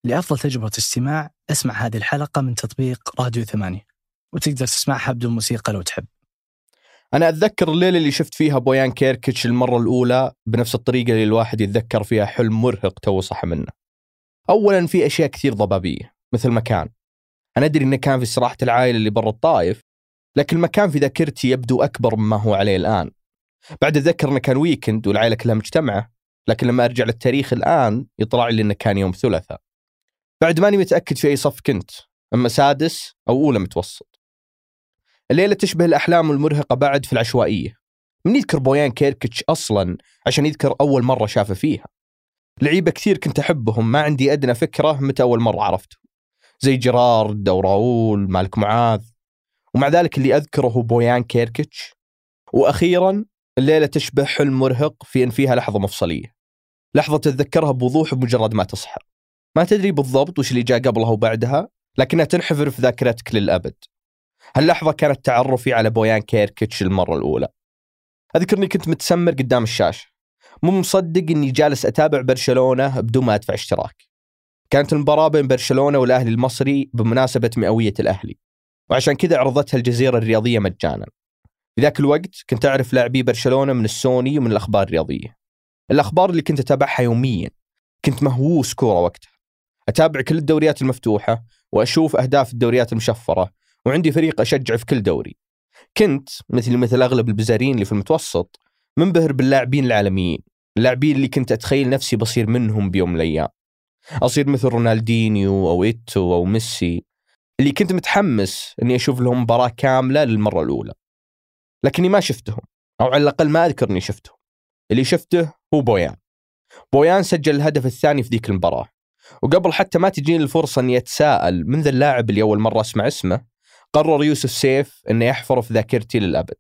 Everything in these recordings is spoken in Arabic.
لأفضل تجربة استماع اسمع هذه الحلقة من تطبيق راديو 8، وتقدر تسمعها بدون موسيقى لو تحب. أنا أتذكر الليلة اللي شفت فيها بويان كيركتش المرة الأولى بنفس الطريقة اللي الواحد يتذكر فيها حلم مرهق تو صح منه. أولاً في أشياء كثير ضبابية مثل مكان. أنا أدري إنه كان في استراحة العائلة اللي برا الطائف، لكن المكان في ذاكرتي يبدو أكبر مما هو عليه الآن. بعد أتذكر إنه كان ويكند والعائلة كلها مجتمعة، لكن لما أرجع للتاريخ الآن يطلع لي إنه كان يوم ثلاثاء. بعد ماني متأكد في أي صف كنت، أما سادس أو أولى متوسط. الليلة تشبه الأحلام المرهقة بعد في العشوائية. من يذكر بويان كيركتش أصلاً عشان يذكر أول مرة شافه فيها؟ لعيبة كثير كنت أحبهم ما عندي أدنى فكرة متى أول مرة عرفته، زي جيرارد أو راؤول مالك معاذ، ومع ذلك اللي أذكره هو بويان كيركتش. وأخيراً الليلة تشبه حلم مرهق في أن فيها لحظة مفصلية، لحظة تتذكرها بوضوح بمجرد ما تصحى، ما تدري بالضبط وش اللي جاء قبلها وبعدها، لكنها تنحفر في ذاكرتك للأبد. هاللحظة كانت تعرفي على بويان كيركتش المرة الأولى. أذكرني كنت متسمر قدام الشاشة، مو مصدق إني جالس أتابع برشلونة بدون ما أدفع اشتراك. كانت المباراة بين برشلونة والأهلي المصري بمناسبة مئوية الأهلي، وعشان كذا عرضتها الجزيرة الرياضية مجانا. في ذاك الوقت كنت أعرف لاعبي برشلونة من السوني ومن الأخبار الرياضية، الأخبار اللي كنت أتابعها يوميا. كنت مهووس كورة وقتها، أتابع كل الدوريات المفتوحة وأشوف أهداف الدوريات المشفرة، وعندي فريق أشجع في كل دوري. كنت مثل أغلب البزارين اللي في المتوسط منبهر باللاعبين العالميين، اللاعبين اللي كنت أتخيل نفسي بصير منهم بيوم من الأيام، أصير مثل رونالدينيو أو إيتو أو ميسي، اللي كنت متحمس أني أشوف لهم مباراة كاملة للمرة الأولى. لكني ما شفتهم، أو على الأقل ما أذكر أني شفتهم. اللي شفته هو بويان سجل الهدف الثاني في ذيك المباراة، وقبل حتى ما تجيني الفرصة أني أتساءل من ذا اللاعب اللي أول مرة أسمع اسمه، قرر يوسف سيف أنه يحفر في ذاكرتي للأبد.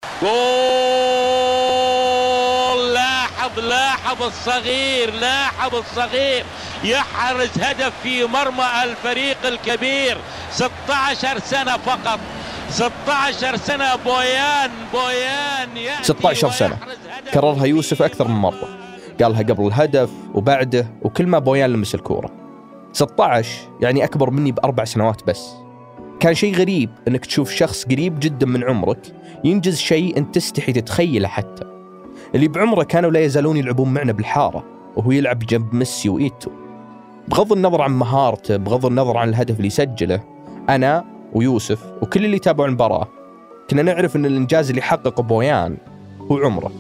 جول! لاحظ الصغير يحرز هدف في مرمى الفريق الكبير. 16 سنة فقط، 16 سنة. بويان 16 سنة كررها يوسف أكثر من مرة، قالها قبل الهدف وبعده وكل ما بويان لمس الكورة. 16 يعني أكبر مني ب4 سنوات بس. كان شيء غريب أنك تشوف شخص قريب جدا من عمرك ينجز شيء أنت تستحي تتخيله. حتى اللي بعمره كانوا لا يزالون يلعبون معنا بالحارة وهو يلعب جنب ميسي وإيتو. بغض النظر عن مهارته، بغض النظر عن الهدف اللي سجله، أنا ويوسف وكل اللي تابعوا المباراة كنا نعرف أن الإنجاز اللي حققه بويان هو عمره.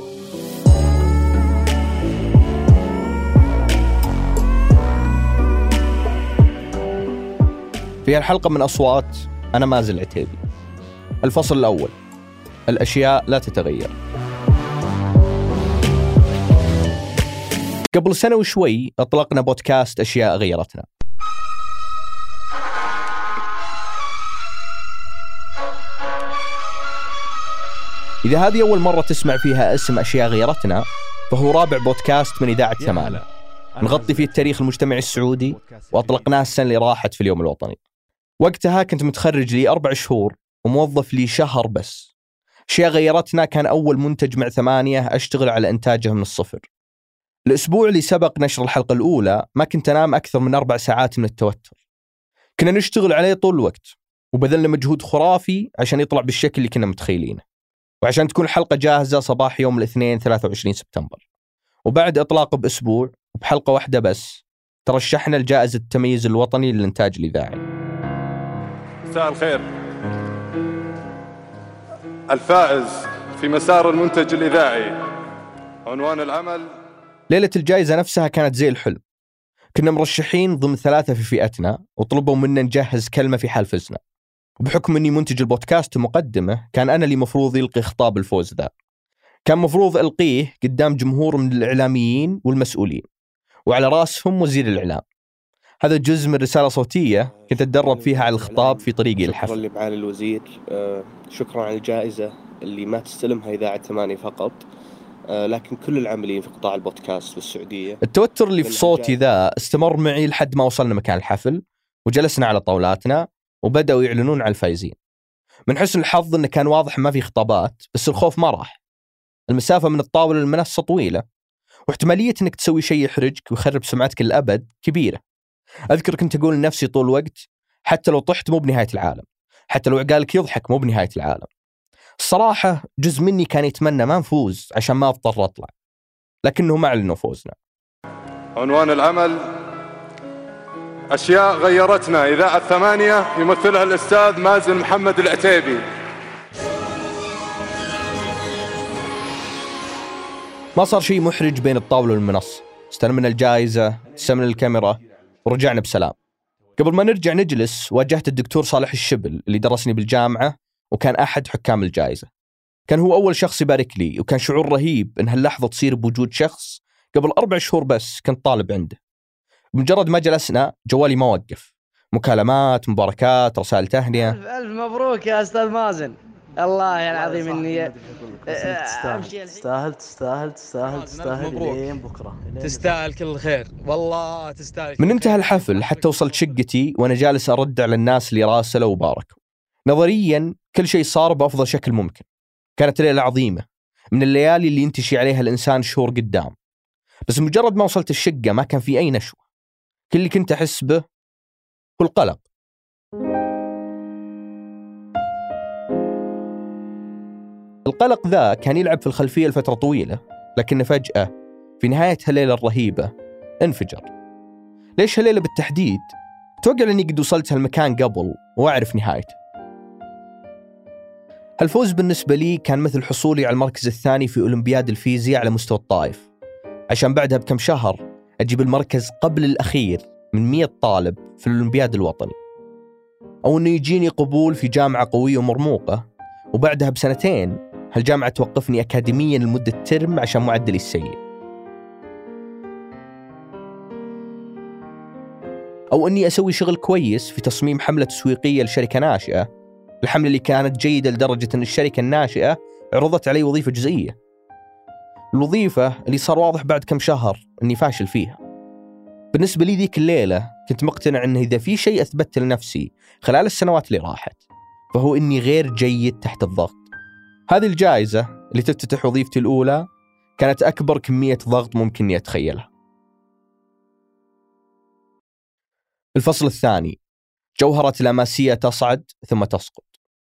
في الحلقة من أصوات أنا مازل عتيبي. الفصل الأول: الأشياء لا تتغير. قبل سنة وشوي أطلقنا بودكاست أشياء غيرتنا. إذا هذه أول مرة تسمع فيها اسم أشياء غيرتنا، فهو رابع بودكاست من إذاعة 8، نغطي فيه التاريخ المجتمعي السعودي، وأطلقناه السنة اللي راحت في اليوم الوطني. وقتها كنت متخرج لي 4 شهور وموظف لي شهر بس. أشياء غيرتنا كان أول منتج مع 8 أشتغل على إنتاجه من الصفر. الأسبوع اللي سبق نشر الحلقة الأولى ما كنت أنام أكثر من 4 ساعات من التوتر. كنا نشتغل عليه طول الوقت، وبذلنا مجهود خرافي عشان يطلع بالشكل اللي كنا متخيلينه، وعشان تكون الحلقة جاهزة صباح يوم الاثنين 23 سبتمبر. وبعد إطلاقه بأسبوع وبحلقة واحدة بس ترشحنا لجائزة التميز الوطني للإنتاج الإذاعي. مساء الخير. الفائز في مسار المنتج الإذاعي، عنوان العمل. ليلة الجائزة نفسها كانت زي الحلم. كنا مرشحين ضمن 3 في فئتنا، وطلبوا منا نجهز كلمة في حال فزنا. وبحكم أني منتج البودكاست ومقدمه، كان أنا اللي مفروض يلقي خطاب الفوز ذا. كان مفروض ألقيه قدام جمهور من الإعلاميين والمسؤولين، وعلى رأسهم وزير الإعلام. هذا جزء من رسالة صوتية كنت أتدرب فيها على الخطاب في طريقي للحفل. شكرا لمعالي الوزير، شكرا على الجائزة اللي ما تستلمها إذاعة 8 فقط، لكن كل العاملين في قطاع البودكاست والسعودية. التوتر اللي في صوتي ذا استمر معي لحد ما وصلنا مكان الحفل، وجلسنا على طاولاتنا وبدأوا يعلنون عن الفائزين. من حسن الحظ أنه كان واضح ما في خطابات، بس الخوف ما راح. المسافة من الطاولة للمنصة طويلة، واحتمالية أنك تسوي شيء يحرجك ويخرب سمعتك للأبد كبيرة. أذكر كنت أقول لنفسي طول الوقت حتى لو طحت مو بنهاية العالم، حتى لو عقالك يضحك مو بنهاية العالم. الصراحة جزء مني كان يتمنى ما نفوز عشان ما أضطر أطلع، لكنه ما أعلنوا فوزنا. عنوان العمل: أشياء غيرتنا. إذاعة 8 يمثلها الأستاذ مازن محمد العتيبي. ما صار شيء محرج بين الطاولة والمنصة، استلمنا الجائزة، استلمنا الكاميرا ورجعنا بسلام. قبل ما نرجع نجلس واجهت الدكتور صالح الشبل اللي درسني بالجامعة وكان أحد حكام الجائزة. كان هو أول شخص يبارك لي، وكان شعور رهيب إن هاللحظة تصير بوجود شخص قبل 4 شهور بس كنت طالب عنده. بمجرد ما جلسنا جوالي ما وقف، مكالمات، مباركات، رسائل تهنئة. ألف مبروك يا أستاذ مازن، الله العظيم إني تستاهل لين بكرة، تستاهل كل الخير والله، تستاهل. من انتهى الحفل حتى وصلت شقتي وأنا جالس أرد على الناس اللي راسلوا وباركوا. نظريا كل شيء صار بأفضل شكل ممكن. كانت ليلة عظيمة من الليالي اللي ينتشي عليها الإنسان شهور قدام. بس مجرد ما وصلت الشقة ما كان في أي نشوة. كل اللي كنت أحس به هو القلق. القلق ذا كان يلعب في الخلفية لفترة طويلة، لكن فجأة في نهاية هالليلة الرهيبة انفجر. ليش هالليلة بالتحديد؟ أتوقع لأني قد وصلت هالمكان قبل وأعرف نهايته. الفوز بالنسبة لي كان مثل حصولي على المركز الثاني في أولمبياد الفيزياء على مستوى الطائف، عشان بعدها بكم شهر أجيب المركز قبل الأخير من 100 طالب في الأولمبياد الوطني، أو أنه يجيني قبول في جامعة قوية ومرموقة وبعدها بسنتين هالجامعة توقفني أكاديميا لمدة ترم عشان معدلي السيء، أو أني أسوي شغل كويس في تصميم حملة تسويقية لشركة ناشئة، الحملة اللي كانت جيدة لدرجة أن الشركة الناشئة عرضت علي وظيفة جزئية، الوظيفة اللي صار واضح بعد كم شهر أني فاشل فيها. بالنسبة لي ذيك الليلة كنت مقتنع أنه إذا في شيء أثبت لنفسي خلال السنوات اللي راحت فهو أني غير جيد تحت الضغط. هذه الجائزة اللي تفتتح وظيفتي الأولى كانت أكبر كمية ضغط ممكن أني أتخيلها. الفصل الثاني: جوهرة لاماسيا تصعد ثم تسقط.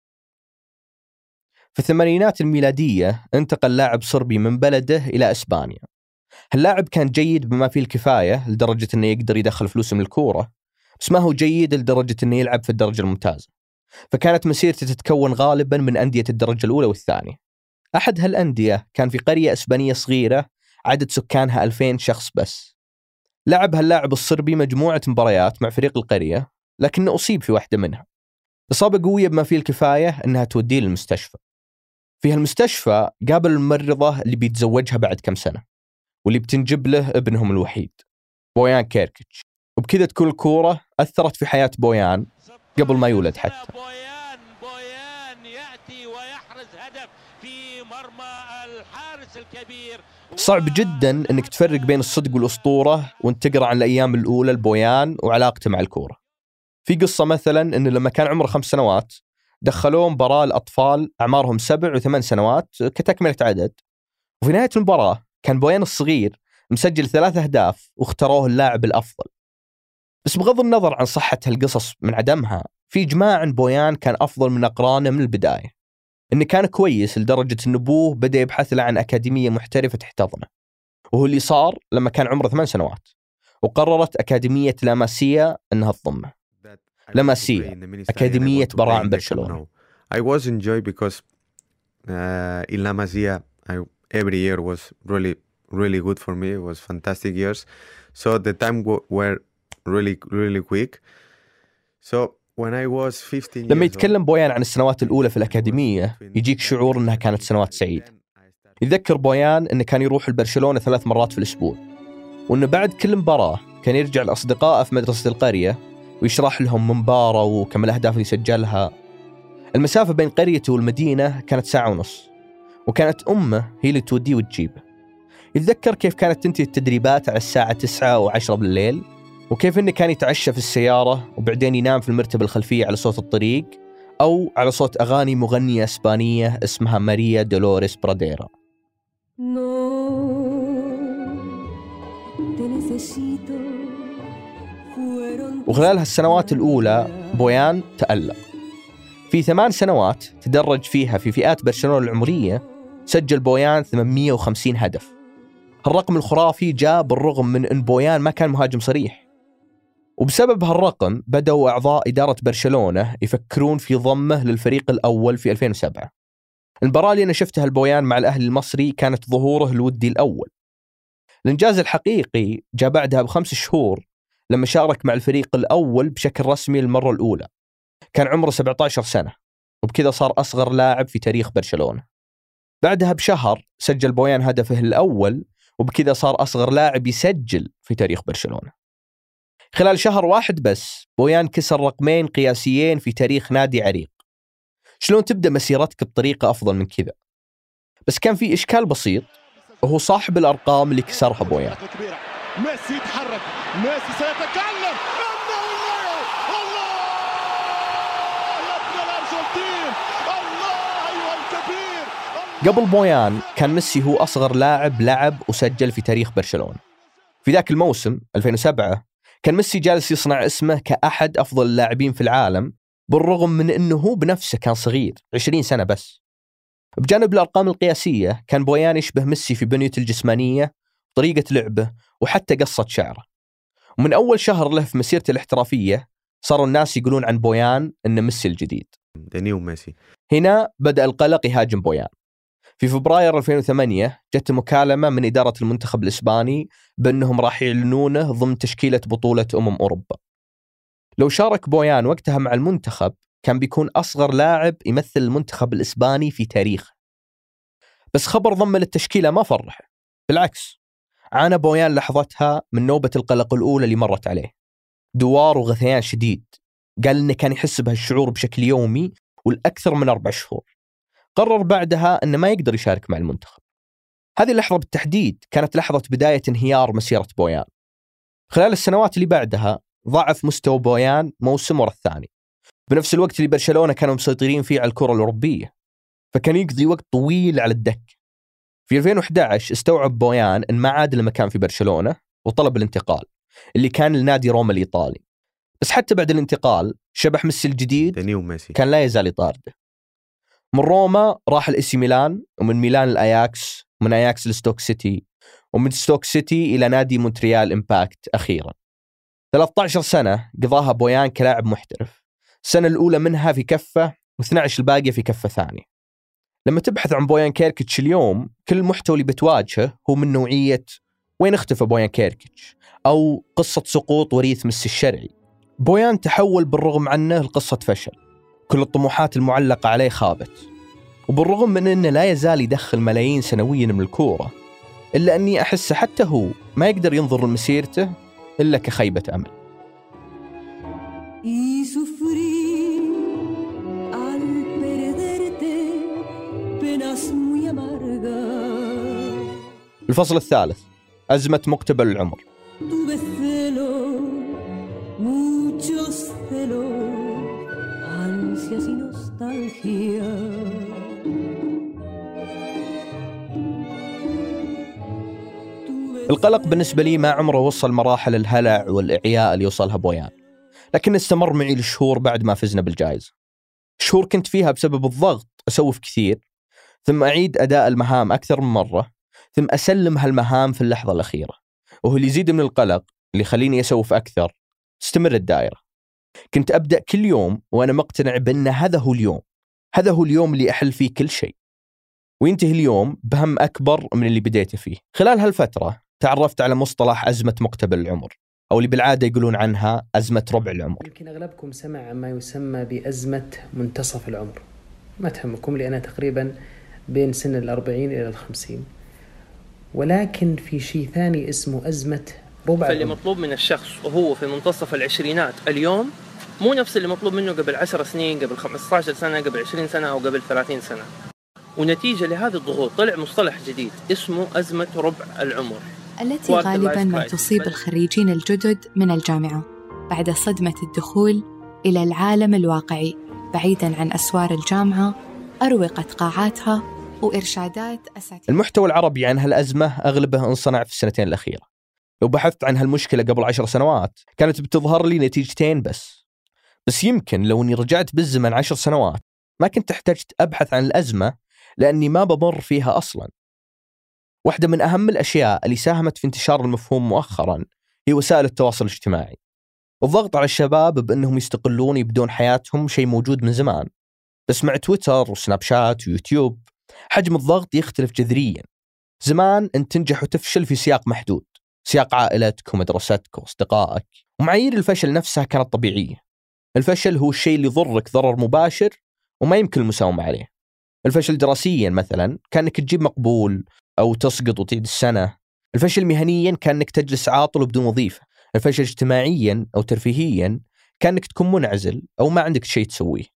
في الثمانينات الميلادية انتقل لاعب صربي من بلده إلى إسبانيا. اللاعب كان جيد بما فيه الكفاية لدرجة أنه يقدر يدخل فلوس من الكورة، بس ما هو جيد لدرجة أنه يلعب في الدرجة الممتازة، فكانت مسيرته تتكون غالبا من أندية الدرجة الأولى والثانية. أحد هالأندية كان في قرية إسبانية صغيرة عدد سكانها 2000 شخص بس. لعب هاللاعب الصربي مجموعة مباريات مع فريق القرية، لكنه أصيب في واحدة منها، إصابة قوية بما فيه الكفاية أنها توديه للمستشفى. في هالمستشفى قابل الممرضة اللي بيتزوجها بعد كم سنة واللي بتنجب له ابنهم الوحيد بويان كيركيتش، وبكذا تكون الكورة أثرت في حياة بويان قبل ما يولد حتى. بويان يأتي ويحرز هدف في مرمى الحارس الكبير. صعب جدا أنك تفرق بين الصدق والأسطورة وانت تقرأ عن الأيام الأولى لبويان وعلاقته مع الكورة. في قصة مثلا أنه لما كان عمره 5 سنوات دخلوه مباراة الأطفال أعمارهم 7 و8 سنوات كتكملة عدد، وفي نهاية المباراة كان بويان الصغير مسجل 3 أهداف واختاروه اللاعب الأفضل. بس بغض النظر عن صحة هالقصص من عدمها، في إجماع عن بويان كان أفضل من أقرانه من البداية، إنه كان كويس لدرجة إن أبوه بدأ يبحث له عن أكاديمية محترفة تحتضنه، وهو اللي صار لما كان عمره 8 سنوات، وقررت أكاديمية لاماسيا أنها تضمه. لاماسيا أكاديمية براعم برشلونة. I was enjoyed because in La Masia every year was really good for me. It was fantastic years. So the time were really quick. So when I was 15 لما يتكلم بويان عن السنوات الأولى في الأكاديمية يجيك شعور أنها كانت سنوات سعيدة. يذكر بويان أنه كان يروح لبرشلونة 3 مرات في الأسبوع، وأنه بعد كل مباراة كان يرجع لأصدقائه في مدرسة القرية ويشرح لهم من مباراة وكم الأهداف اللي سجلها. المسافة بين قريته والمدينة كانت 1.5 ساعة، وكانت أمه هي اللي توديه وتجيبه. يتذكر كيف كانت تنتهي التدريبات على الساعة 9 و10 بالليل، وكيف إنه كان يتعشى في السيارة وبعدين ينام في المرتبة الخلفية على صوت الطريق أو على صوت أغاني مغنية إسبانية اسمها ماريا دولوريس براديرا. وخلال هالسنوات الأولى بويان تألق. في 8 سنوات تدرج فيها في فئات برشلونة العمرية سجل بويان 850 هدف. هالرقم الخرافي جاء بالرغم من أن بويان ما كان مهاجم صريح، وبسبب هالرقم بدأوا أعضاء إدارة برشلونة يفكرون في ضمه للفريق الأول في 2007. المباراة اللي أنا شفتها البويان مع الأهلي المصري كانت ظهوره الودي الأول. الإنجاز الحقيقي جاء بعدها ب5 شهور لما شارك مع الفريق الأول بشكل رسمي للمرة الأولى. كان عمره 17 سنة، وبكذا صار أصغر لاعب في تاريخ برشلونة. بعدها بشهر سجل بويان هدفه الأول، وبكذا صار أصغر لاعب يسجل في تاريخ برشلونة. خلال شهر واحد بس بويان كسر رقمين قياسيين في تاريخ نادي عريق. شلون تبدأ مسيرتك بطريقة أفضل من كذا؟ بس كان في إشكال بسيط، وهو صاحب الأرقام اللي كسرها بويان. ميسي يتحرك، ميسي سيتكلم، الله يا ابن الأرجنتين، الله أيها الكبير. قبل بويان كان ميسي هو أصغر لاعب لعب وسجل في تاريخ برشلونة. في ذاك الموسم 2007 كان ميسي جالس يصنع اسمه كأحد أفضل اللاعبين في العالم، بالرغم من أنه هو بنفسه كان صغير 20 سنة بس. بجانب الأرقام القياسية كان بويان يشبه ميسي في بنيته الجسمانية، طريقة لعبه، وحتى قصة شعره. ومن أول شهر له في مسيرته الاحترافية صاروا الناس يقولون عن بويان إنه ميسي الجديد. هنا بدأ القلق يهاجم بويان. في فبراير 2008 جت مكالمة من إدارة المنتخب الإسباني بأنهم راح يعلنونه ضمن تشكيلة بطولة أوروبا. لو شارك بويان وقتها مع المنتخب كان بيكون أصغر لاعب يمثل المنتخب الإسباني في تاريخه. بس خبر ضمه للتشكيلة ما فرح، بالعكس عانى بويان لحظتها من نوبة القلق الأولى اللي مرت عليه، دوار وغثيان شديد. قال إنه كان يحس بهالشعور بشكل يومي والأكثر من 4 شهور. قرر بعدها أنه ما يقدر يشارك مع المنتخب. هذه اللحظة بالتحديد كانت لحظة بداية انهيار مسيرة بويان. خلال السنوات اللي بعدها ضعف مستوى بويان موسم ورا الثاني، بنفس الوقت اللي برشلونة كانوا مسيطرين فيه على الكرة الأوروبية، فكان يقضي وقت طويل على الدك. في 2011 استوعب بويان أن ما عاد المكان في برشلونة وطلب الانتقال اللي كان لنادي روما الإيطالي. بس حتى بعد الانتقال شبح ميسي الجديد كان لا يزال يطارده. من روما راح الإسي ميلان، ومن ميلان الأياكس، ومن أياكس لستوك سيتي، ومن ستوك سيتي إلى نادي مونتريال إمباكت أخيرا. 13 سنة قضاها بويان كلاعب محترف، السنة الأولى منها في كفة و12 الباقية في كفة ثانية. لما تبحث عن بويان كيركيتش اليوم كل المحتوى اللي بتواجهه هو من نوعية وين اختفى بويان كيركيتش، أو قصة سقوط وريث ميسي الشرعي. بويان تحول بالرغم عنه لقصة فشل، كل الطموحات المعلقة عليه خابت. وبالرغم من أنه لا يزال يدخل ملايين سنويا من الكورة، إلا أني أحس حتى هو ما يقدر ينظر لمسيرته إلا كخيبة أمل. الفصل الثالث، أزمة مقتبل العمر. القلق بالنسبة لي ما عمره وصل مراحل الهلع والإعياء اللي يوصلها بويان، لكن استمر معي لشهور بعد ما فزنا بالجائزة. شهور كنت فيها بسبب الضغط أسوف كثير، ثم أعيد أداء المهام أكثر من مرة، ثم أسلم هالمهام في اللحظة الأخيرة، وهو اللي يزيد من القلق اللي يخليني أسوف أكثر. تستمر الدائرة. كنت أبدأ كل يوم وأنا مقتنع بأن هذا هو اليوم اللي أحل فيه كل شيء، وينتهي اليوم بهم أكبر من اللي بديته فيه. خلال هالفترة تعرفت على مصطلح أزمة مقتبل العمر، أو اللي بالعادة يقولون عنها أزمة ربع العمر. يمكن أغلبكم سمع عن ما يسمى بأزمة منتصف العمر، ما تهمكم لأنها تقريبا بين سن 40 إلى 50. ولكن في شيء ثاني اسمه أزمة ربع فاللي مطلوب من الشخص وهو في منتصف العشرينات اليوم مو نفس اللي مطلوب منه قبل 10 سنين، قبل 15 سنة، قبل 20 سنة أو قبل 30 سنة. ونتيجة لهذه الضغوط طلع مصطلح جديد اسمه أزمة ربع العمر، التي غالباً ما تصيب الخريجين الجدد من الجامعة بعد صدمة الدخول إلى العالم الواقعي بعيداً عن أسوار الجامعة، أروقة قاعاتها وإرشادات أساتذة. المحتوى العربي عن هالأزمة أغلبه انصنع في السنتين الأخيرة، لو بحثت عن هالمشكلة قبل 10 سنوات كانت بتظهر لي نتيجتين بس يمكن لو أني رجعت بالزمن 10 سنوات ما كنت احتجت أبحث عن الأزمة لأني ما بمر فيها أصلا. واحدة من أهم الأشياء اللي ساهمت في انتشار المفهوم مؤخرا هي وسائل التواصل الاجتماعي. الضغط على الشباب بأنهم يستقلون يبدون حياتهم شيء موجود من زمان، بس مع تويتر وسناب شات ويوتيوب حجم الضغط يختلف جذريا. زمان أنت تنجح وتفشل في سياق محدود، سياق عائلتك ومدرستك وأصدقائك، ومعايير الفشل نفسها كانت طبيعية. الفشل هو الشيء اللي يضرك ضرر مباشر وما يمكن المساومة عليه. الفشل دراسيا مثلا كأنك تجيب مقبول أو تسقط وتعيد السنة. الفشل مهنيا كأنك تجلس عاطل وبدون وظيفة. الفشل اجتماعيا أو ترفيهيا كأنك تكون منعزل أو ما عندك شيء تسويه.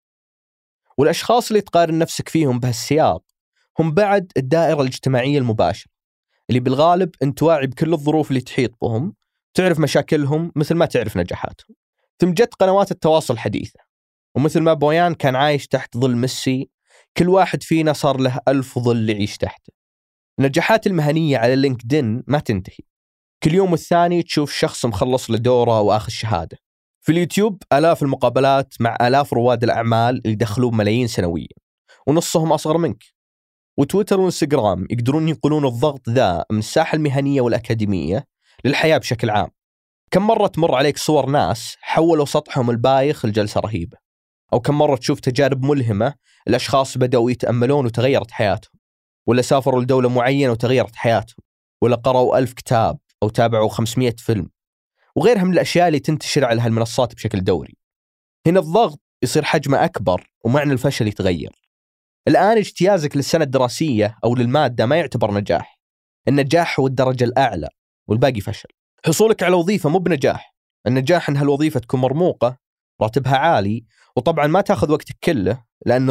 والأشخاص اللي تقارن نفسك فيهم بهالسياق هم بعد الدائرة الاجتماعية المباشرة، اللي بالغالب أنت واعي بكل الظروف اللي تحيط بهم، تعرف مشاكلهم مثل ما تعرف نجاحاتهم. ثم جت قنوات التواصل الحديثة، ومثل ما بويان كان عايش تحت ظل ميسي، كل واحد فينا صار له 1000 ظل يعيش تحته. النجاحات المهنية على لينكدين ما تنتهي، كل يوم والثاني تشوف شخص مخلص لدوره وآخذ شهادة. في اليوتيوب آلاف المقابلات مع آلاف رواد الأعمال اللي دخلوا ملايين سنويا ونصهم أصغر منك. وتويتر وإنستغرام يقدرون ينقلون الضغط ذا من الساحة المهنية والأكاديمية للحياة بشكل عام. كم مرة تمر عليك صور ناس حولوا سطحهم البايخ لجلسة رهيبة، أو كم مرة تشوف تجارب ملهمة الأشخاص بدأوا يتأملون وتغيرت حياتهم، ولا سافروا لدولة معينة وتغيرت حياتهم، ولا قرأوا 1000 كتاب أو تابعوا 500 فيلم، وغيرها من الأشياء اللي تنتشر على هالمنصات بشكل دوري. هنا الضغط يصير حجمه أكبر ومعنى الفشل يتغير. الآن اجتيازك للسنة الدراسية أو للمادة ما يعتبر نجاح. النجاح هو الدرجة الأعلى والباقي فشل. حصولك على وظيفة مو بنجاح. النجاح إن هالوظيفة تكون مرموقة، راتبها عالي، وطبعا ما تأخذ وقتك كله، لأنه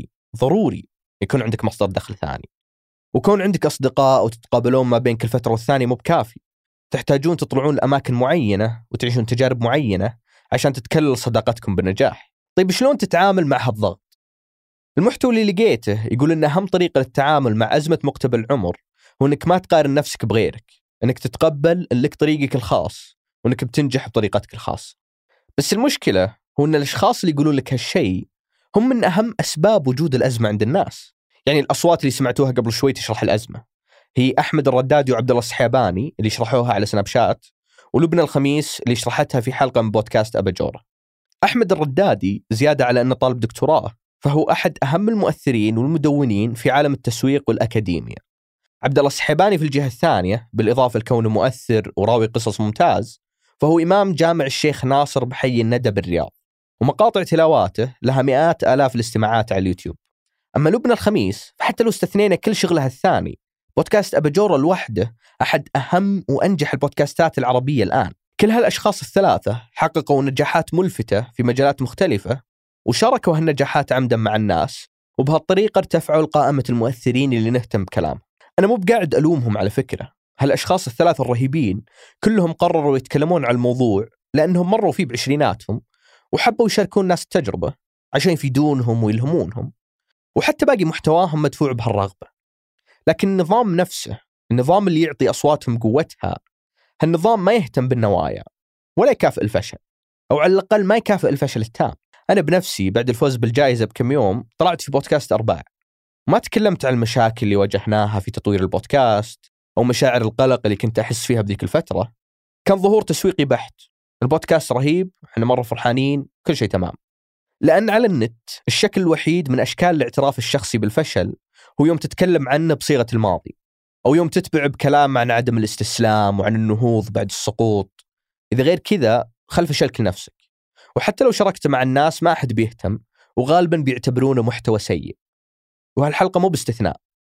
ضروري يكون عندك مصدر دخل ثاني. وكون عندك أصدقاء وتتقابلون ما بين كل فترة والثانية مو بكافي. تحتاجون تطلعون لأماكن معينة وتعيشون تجارب معينة عشان تتكلل صداقتكم بالنجاح. طيب شلون تتعامل مع هالضغط؟ المحتوى اللي لقيته يقول إن أهم طريقة للتعامل مع أزمة مقتبل العمر هو إنك ما تقارن نفسك بغيرك، إنك تتقبل إن لك طريقك الخاص وإنك بتنجح بطريقتك الخاصة. بس المشكلة هو إن الأشخاص اللي يقولون لك هالشيء هم من أهم أسباب وجود الأزمة عند الناس. يعني الأصوات اللي سمعتوها قبل شوي تشرح الأزمة هي أحمد الردادي وعبد الله السحيباني اللي شرحوها على سناب شات، ولبنى الخميس اللي شرحتها في حلقة من بودكاست أباجورة. أحمد الردادي زيادة على أنه طالب دكتوراه فهو أحد أهم المؤثرين والمدونين في عالم التسويق والأكاديمية. عبد الله السحيباني في الجهة الثانية، بالإضافة لكونه مؤثر وراوي قصص ممتاز، فهو إمام جامع الشيخ ناصر بحي الندى بالرياض، ومقاطع تلاواته لها مئات آلاف الاستماعات على اليوتيوب. أما لبنى الخميس فحتى لو استثنينا كل شغلها الثاني، بودكاست أباجورة لوحده أحد أهم وأنجح البودكاستات العربية الآن. كل هالأشخاص الثلاثة حققوا نجاحات ملفتة في مجالات مختلفة، وشاركوا هالنجاحات عمدا مع الناس، وبهالطريقة ارتفعوا لقائمة المؤثرين اللي نهتم بكلامهم. أنا مو بقاعد ألومهم على فكرة، هالأشخاص الثلاثة الرهيبين كلهم قرروا يتكلمون عن الموضوع لأنهم مروا فيه بعشريناتهم وحبوا يشاركون الناس التجربة عشان يفيدونهم ويلهمونهم، وحتى باقي محتواهم مدفوع بهالرغبة. لكن النظام نفسه، النظام اللي يعطي أصواتهم قوتها، هالنظام ما يهتم بالنوايا ولا يكافئ الفشل، أو على الأقل ما يكافئ الفشل التام. أنا بنفسي بعد الفوز بالجائزة بكم يوم طلعت في بودكاست أرباع، ما تكلمت عن المشاكل اللي واجهناها في تطوير البودكاست أو مشاعر القلق اللي كنت أحس فيها بذيك الفترة. كان ظهور تسويقي بحت، البودكاست رهيب، احنا مرة فرحانين، كل شيء تمام. لأن على النت الشكل الوحيد من أشكال الاعتراف الشخصي بالفشل هو يوم تتكلم عنه بصيغة الماضي، أو يوم تتبع بكلام عن عدم الاستسلام وعن النهوض بعد السقوط. إذا غير كذا خل فشلك لنفسك، وحتى لو شاركت مع الناس ما أحد بيهتم، وغالبا بيعتبرونه محتوى سيء. وهالحلقة مو باستثناء،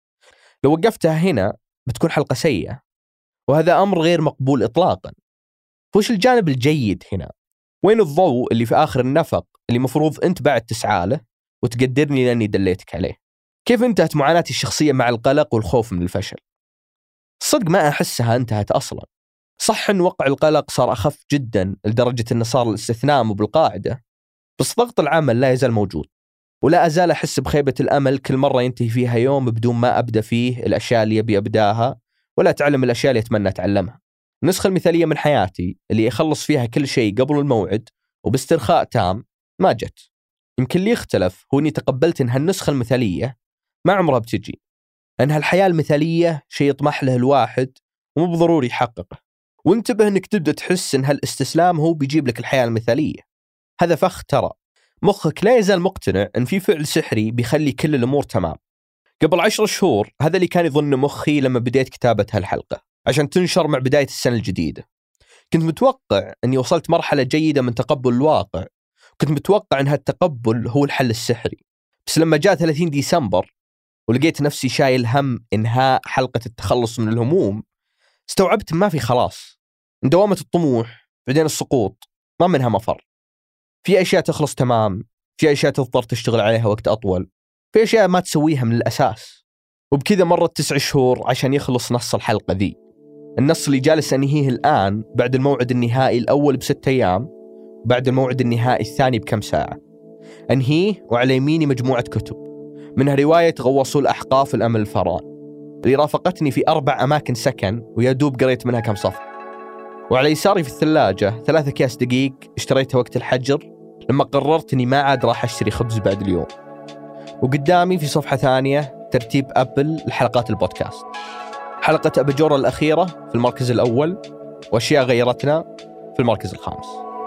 لو وقفتها هنا بتكون حلقة سيئة، وهذا أمر غير مقبول إطلاقا. وش الجانب الجيد هنا؟ وين الضوء اللي في آخر النفق اللي مفروض أنت بعد تسعى له وتقدرني لأني دليتك عليه؟ كيف انتهت معاناتي الشخصية مع القلق والخوف من الفشل؟ صدق ما أحسها انتهت أصلا. صح أن وقع القلق صار أخف جدا لدرجة أنه صار الاستثناء مو بالقاعدة، بس ضغط العمل لا يزال موجود، ولا أزال أحس بخيبة الأمل كل مرة ينتهي فيها يوم بدون ما أبدأ فيه الأشياء اللي يبي أبداها، ولا أتعلم الأشياء اللي أتمنى أتعلمها. النسخة المثالية من حياتي اللي أخلص فيها كل شيء قبل الموعد وباسترخاء تام ما جت. يمكن اللي يختلف هو إني تقبلت إن هالنسخة المثالية ما عمرها بتجي، أن هالحياة المثالية شيء يطمح له الواحد ومو بضروري يحققه. وانتبه إنك تبدأ تحس إن هالاستسلام هو بيجيب لك الحياة المثالية. هذا فخ ترى. مخك لا يزال مقتنع إن في فعل سحري بيخلي كل الأمور تمام. قبل 10 شهور هذا اللي كان يظن مخي لما بديت كتابة هالحلقة عشان تنشر مع بداية السنة الجديدة. كنت متوقع أني وصلت مرحلة جيدة من تقبل الواقع، كنت متوقع أن هالتقبل هو الحل السحري. بس لما جاء 30 ديسمبر ولقيت نفسي شايل هم إنهاء حلقة التخلص من الهموم، استوعبت ما في خلاص. من دوامة الطموح بعدين السقوط ما منها مفر. في أشياء تخلص تمام، في أشياء تضطر تشتغل عليها وقت أطول، في أشياء ما تسويها من الأساس. وبكذا مرت 9 شهور عشان يخلص نص الحلقة ذي، النص اللي جالس أنهيه الآن بعد الموعد النهائي الأول ب6 أيام، بعد الموعد النهائي الثاني بكم ساعة. أنهيه وعلى يميني مجموعة كتب، منها رواية غواصو الأحقاف الأمل الفاران اللي رافقتني في 4 أماكن سكن ويدوب قريت منها كم صفحة. وعلى يساري في الثلاجة 3 أكياس دقيق اشتريتها وقت الحجر لما قررت أني ما عاد راح أشتري خبز بعد اليوم. وقدامي في صفحة ثانية ترتيب أبل لحلقات البودكاست، حلقة أباجورة الأخيرة في المركز الأول، وأشياء غيرتنا في المركز الخامس.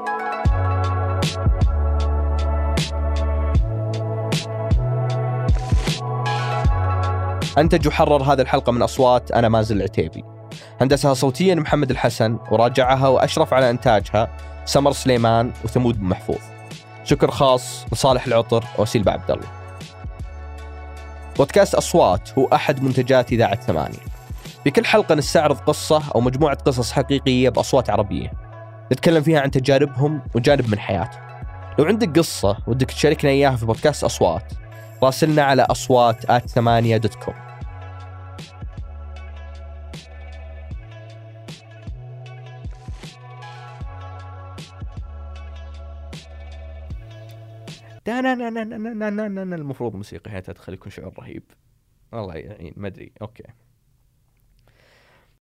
أنتج وحرر هذه الحلقة من أصوات أنا مازن العتيبي، هندسها صوتيا محمد الحسن، وراجعها وأشرف على إنتاجها سمر سليمان وثمود محفوظ. شكر خاص لصالح العطر وسيلبا عبد الله. بودكاست أصوات هو أحد منتجات إذاعة 8. في كل حلقة نستعرض قصة أو مجموعة قصص حقيقية بأصوات عربية نتكلم فيها عن تجاربهم وجانب من حياتهم. لو عندك قصة ودك تشاركنا إياها في بودكاست أصوات، راسلنا على aswat@8.com. المفروض موسيقى هي تدخل يكون شعور رهيب. والله يعني ما أدري. أوكي.